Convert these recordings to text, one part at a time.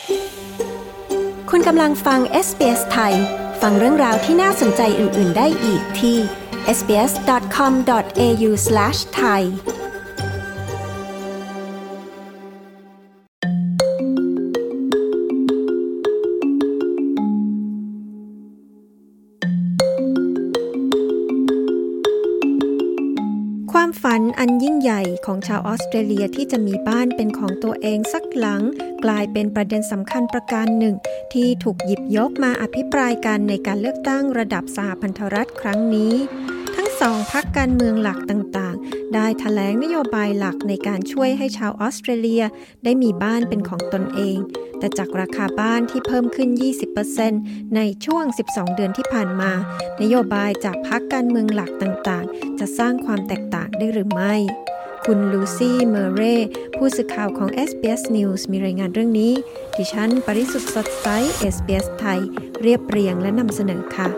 คุณกำลังฟัง SBS ไทยฟังเรื่องราวที่น่าสนใจอื่นๆได้อีกที่ sbs.com.au/thaiความฝันอันยิ่งใหญ่ของชาวออสเตรเลียที่จะมีบ้านเป็นของตัวเองสักหลังกลายเป็นประเด็นสำคัญประการหนึ่งที่ถูกหยิบยกมาอภิปรายกันในการเลือกตั้งระดับสหพันธรัฐครั้งนี้ทั้งสองพรรคการเมืองหลักต่างๆได้แถลงนโยบายหลักในการช่วยให้ชาวออสเตรเลียได้มีบ้านเป็นของตนเองแต่จากราคาบ้านที่เพิ่มขึ้น 20% ในช่วง 12 เดือนที่ผ่านมานโยบายจากพรรคการเมืองหลักต่างๆจะสร้างความแตกต่างได้หรือไม่คุณลูซี่เมอร์เรย์ผู้สื่อข่าวของ SBS News มีรายงานเรื่องนี้ดิฉันปริสุทธิ์สดใส SBS ไทยเรียบเรียงและนำเสนอค่ะ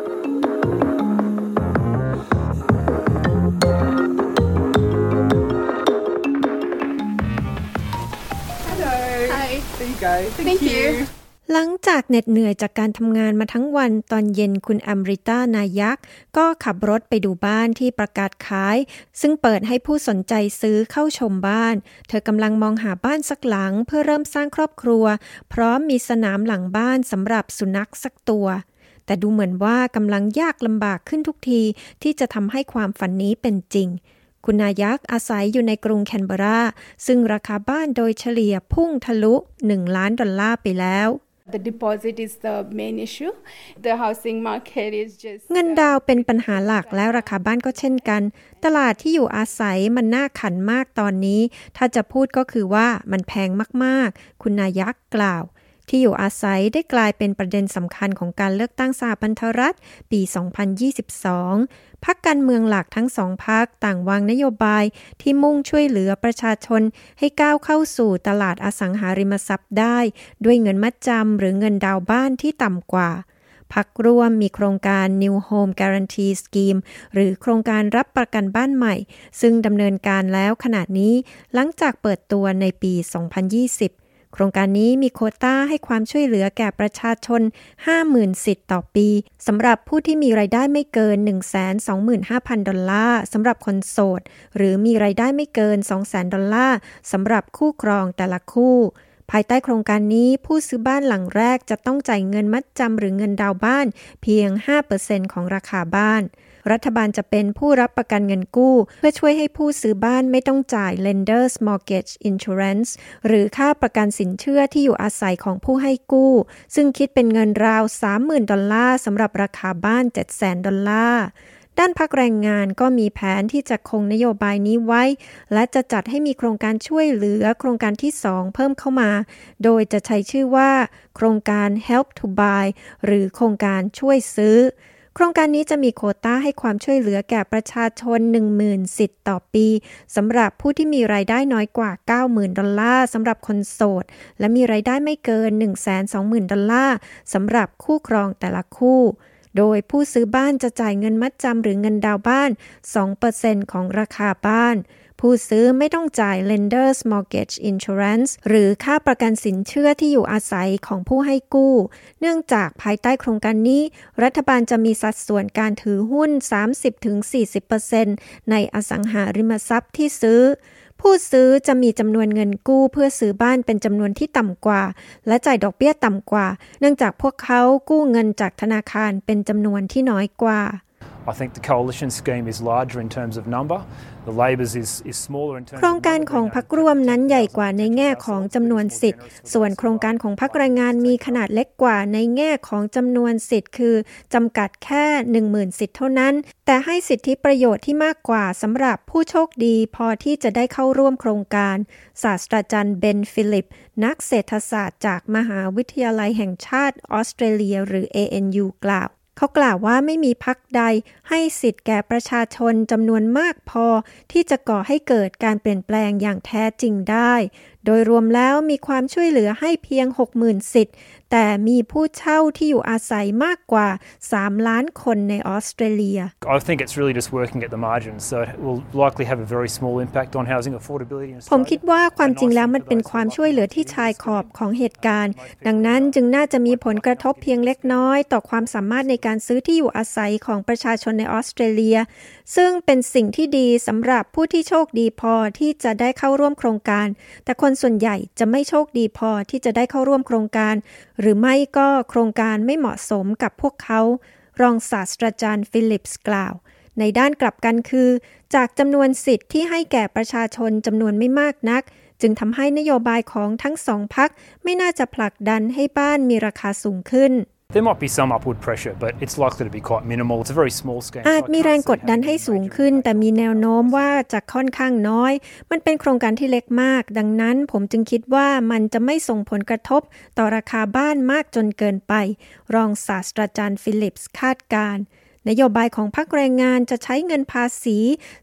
Thank you. หลังจากเหน็ดเหนื่อยจากการทำงานมาทั้งวันตอนเย็นคุณอมริตานายักษ์ก็ขับรถไปดูบ้านที่ประกาศขายซึ่งเปิดให้ผู้สนใจซื้อเข้าชมบ้านเธอกำลังมองหาบ้านสักหลังเพื่อเริ่มสร้างครอบครัวพร้อมมีสนามหลังบ้านสำหรับสุนัขสักตัวแต่ดูเหมือนว่ากำลังยากลำบากขึ้นทุกทีที่จะทำให้ความฝันนี้เป็นจริงคุณนายักษ์อาศัยอยู่ในกรุงแคนเบราซึ่งราคาบ้านโดยเฉลี่ยพุ่งทะลุ$1 ล้านไปแล้ว The deposit is the main issue. The housing market is just เงินดาวเป็นปัญหาหลักและราคาบ้านก็เช่นกันตลาดที่อยู่อาศัยมันน่าขันมากตอนนี้ถ้าจะพูดก็คือว่ามันแพงมากๆคุณนายักษ์กล่าวที่อยู่อาศัยได้กลายเป็นประเด็นสำคัญของการเลือกตั้งสหพันธรัฐปี 2022 พรรคการเมืองหลักทั้งสองพรรคต่างวางนโยบายที่มุ่งช่วยเหลือประชาชนให้ก้าวเข้าสู่ตลาดอสังหาริมทรัพย์ได้ด้วยเงินมัดจำหรือเงินดาวน์บ้านที่ต่ำกว่าพรรคร่วมมีโครงการ New Home Guarantee Scheme หรือโครงการรับประกันบ้านใหม่ซึ่งดำเนินการแล้วขณะนี้หลังจากเปิดตัวในปี 2020โครงการนี้มีโควต้าให้ความช่วยเหลือแก่ประชาชน 50,000 สิทธิ์ต่อปีสำหรับผู้ที่มีรายได้ไม่เกิน $125,000 สำหรับคนโสดหรือมีรายได้ไม่เกิน $200,000 สำหรับคู่ครองแต่ละคู่ภายใต้โครงการนี้ผู้ซื้อบ้านหลังแรกจะต้องจ่ายเงินมัดจำหรือเงินดาวน์บ้านเพียง 5% ของราคาบ้านรัฐบาลจะเป็นผู้รับประกันเงินกู้เพื่อช่วยให้ผู้ซื้อบ้านไม่ต้องจ่าย Lenders Mortgage Insurance หรือค่าประกันสินเชื่อที่อยู่อาศัยของผู้ให้กู้ซึ่งคิดเป็นเงินราว $30,000 สำหรับราคาบ้าน $700,000 ด้านพรรคแรงงานก็มีแผนที่จะคงนโยบายนี้ไว้และจะจัดให้มีโครงการช่วยเหลือโครงการที่ 2 เพิ่มเข้ามาโดยจะใช้ชื่อว่าโครงการ Help to Buy หรือโครงการช่วยซื้อโครงการนี้จะมีโควต้าให้ความช่วยเหลือแก่ประชาชน 10,000 สิทธิ์ต่อปีสำหรับผู้ที่มีรายได้น้อยกว่า $90,000 สำหรับคนโสดและมีรายได้ไม่เกิน $120,000 สำหรับคู่ครองแต่ละคู่โดยผู้ซื้อบ้านจะจ่ายเงินมัดจำหรือเงินดาวน์บ้าน 2% ของราคาบ้านผู้ซื้อไม่ต้องจ่าย Lenders Mortgage Insurance หรือค่าประกันสินเชื่อที่อยู่อาศัยของผู้ให้กู้เนื่องจากภายใต้โครงการนี้รัฐบาลจะมีสัดส่วนการถือหุ้น 30-40% ในอสังหาริมทรัพย์ที่ซื้อผู้ซื้อจะมีจำนวนเงินกู้เพื่อซื้อบ้านเป็นจำนวนที่ต่ำกว่าและจ่ายดอกเบี้ยต่ำกว่าเนื่องจากพวกเขากู้เงินจากธนาคารเป็นจำนวนที่น้อยกว่า I think the coalition scheme is larger in terms of number. The Labor's is smaller in terms of โครงการของพรรคร่วมนั้นใหญ่กว่าในแง่ของจำนวนสิทธิ์ส่วนโครงการของพรรคแรงงานมีขนาดเล็กกว่าในแง่ของจำนวนสิทธิ์คือจำกัดแค่ 10,000 สิทธิ์เท่านั้นแต่ให้สิทธิประโยชน์ที่มากกว่าสำหรับผู้โชคดีพอที่จะได้เข้าร่วมโครงการศาสตราจารย์เบนฟิลิปนักเศรษฐศาสตร์จากมหาวิทยาลัยแห่งชาติออสเตรเลียหรือ ANU กล่าวเขากล่าวว่าไม่มีพรรคใดให้สิทธิ์แก่ประชาชนจำนวนมากพอที่จะก่อให้เกิดการเปลี่ยนแปลงอย่างแท้จริงได้โดยรวมแล้วมีความช่วยเหลือให้เพียง 60,000 สิทธิ์แต่มีผู้เช่าที่อยู่อาศัยมากกว่า3ล้านคนในออสเตรเลีย I think it's really just working at the margins, so it will likely have a very small impact on housing affordability in Australia. ผมคิดว่าความจริงแล้วมันเป็นความช่วยเหลือที่ชายขอบของเหตุการณ์ดังนั้นจึงน่าจะมีผลกระทบเพียงเล็กน้อยต่อความสามารถในการซื้อที่อยู่อาศัยของประชาชนในออสเตรเลียซึ่งเป็นสิ่งที่ดีสำหรับผู้ที่โชคดีพอที่จะได้เข้าร่วมโครงการแต่คนส่วนใหญ่จะไม่โชคดีพอที่จะได้เข้าร่วมโครงการหรือไม่ก็โครงการไม่เหมาะสมกับพวกเขารองศาสตราจารย์ฟิลิปส์กล่าวในด้านกลับกันคือจากจำนวนสิทธิ์ที่ให้แก่ประชาชนจำนวนไม่มากนักจึงทำให้นโยบายของทั้งสองพรรคไม่น่าจะผลักดันให้บ้านมีราคาสูงขึ้น There might be some upward pressure, but it's likely to be quite minimal. It's a very small scheme. อาจมีแรงกดดันให้สูงขึ้นแต่มีแนวโน้มว่าจะค่อนข้างน้อยมันเป็นโครงการที่เล็กมากดังนั้นผมจึงคิดว่ามันจะไม่ส่งผลกระทบต่อราคาบ้านมากจนเกินไปรองศาสตราจารย์ฟิลิปส์คาดการณ์นโยบายของพรรคแรงงานจะใช้เงินภาษี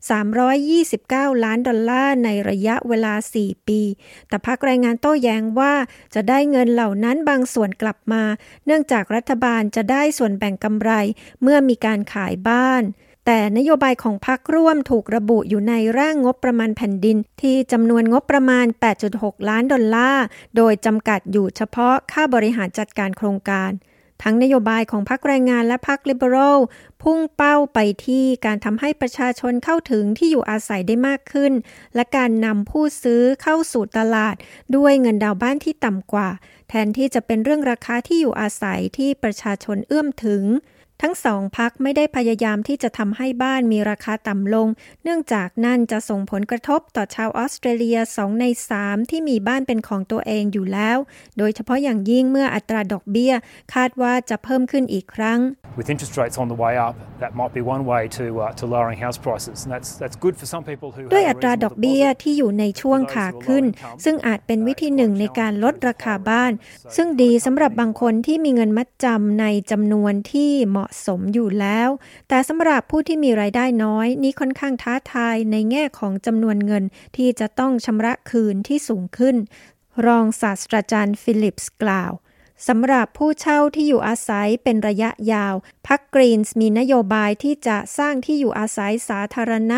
$329 ล้านในระยะเวลา4ปีแต่พรรคแรงงานโต้แย้งว่าจะได้เงินเหล่านั้นบางส่วนกลับมาเนื่องจากรัฐบาลจะได้ส่วนแบ่งกำไรเมื่อมีการขายบ้านแต่นโยบายของพรรคร่วมถูกระบุอยู่ในร่างงบประมาณแผ่นดินที่จำนวนงบประมาณ$8.6 ล้านโดยจำกัดอยู่เฉพาะค่าบริหารจัดการโครงการทั้งนโยบายของพรรคแรงงานและพรรคลิเบอรัลพุ่งเป้าไปที่การทำให้ประชาชนเข้าถึงที่อยู่อาศัยได้มากขึ้นและการนำผู้ซื้อเข้าสู่ตลาดด้วยเงินดาวน์บ้านที่ต่ำกว่าแทนที่จะเป็นเรื่องราคาที่อยู่อาศัยที่ประชาชนเอื้อมถึงทั้งสองพรรคไม่ได้พยายามที่จะทำให้บ้านมีราคาต่ำลงเนื่องจากนั่นจะส่งผลกระทบต่อชาวออสเตรเลีย2ใน3ที่มีบ้านเป็นของตัวเองอยู่แล้วโดยเฉพาะอย่างยิ่งเมื่ออัตราดอกเบี้ยคาดว่าจะเพิ่มขึ้นอีกครั้ง With interest rates on the way up, that might be one way to lowering house prices, and that's good for some people who. ด้วยอัตราดอกเบี้ยที่อยู่ในช่วงขาขึ้นซึ่งอาจเป็นวิธีหนึ่งในการลดราคาบ้านซึ่งดีสำหรับบางคนที่มีเงินมัดจำในจำนวนที่เหมาะสมอยู่แล้วแต่สำหรับผู้ที่มีรายได้น้อยนี่ค่อนข้างท้าทายในแง่ของจำนวนเงินที่จะต้องชำระคืนที่สูงขึ้นรองศาสตราจารย์ฟิลิปส์กล่าวสำหรับผู้เช่าที่อยู่อาศัยเป็นระยะยาวพรรคกรีนส์มีนโยบายที่จะสร้างที่อยู่อาศัยสาธารณะ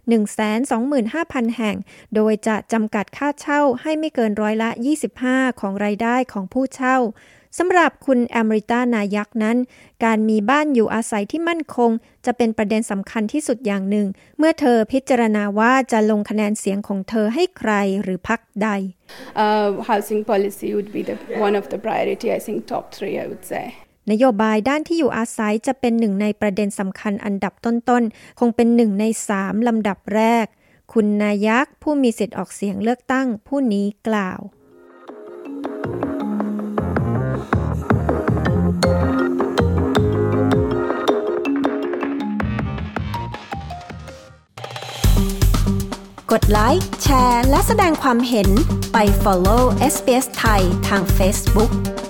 125,000 แห่งโดยจะจำกัดค่าเช่าให้ไม่เกิน25%ของรายได้ของผู้เช่าสำหรับคุณแอมริตานายักนั้นการมีบ้านอยู่อาศัยที่มั่นคงจะเป็นประเด็นสำคัญที่สุดอย่างหนึ่งเมื่อเธอพิจารณาว่าจะลงคะแนนเสียงของเธอให้ใครหรือพรรคใด Housing policy would be one of the priority, I think top 3 I would say. นโยบายด้านที่อยู่อาศัยจะเป็นหนึ่งในประเด็นสำคัญอันดับต้นๆคงเป็น1ใน3ลำดับแรกคุณนายักผู้มีสิทธิ์ออกเสียงเลือกตั้งผู้นี้กล่าวกดไลค์แชร์และแสดงความเห็นไป follow SBS ไทยทาง Facebook